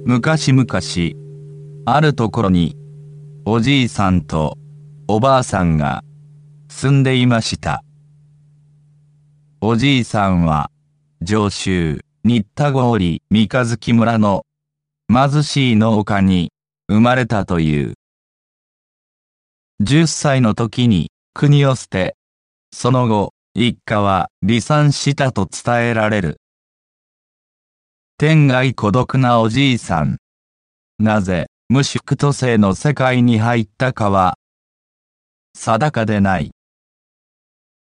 昔々、あるところに、おじいさんとおばあさんが住んでいました。おじいさんは、上州、新田郡三日月村の貧しい農家に生まれたという。10歳の時に国を捨て、その後、一家は離散したと伝えられる。天涯孤独なおじいさん。なぜ無宿途生の世界に入ったかは定かでない。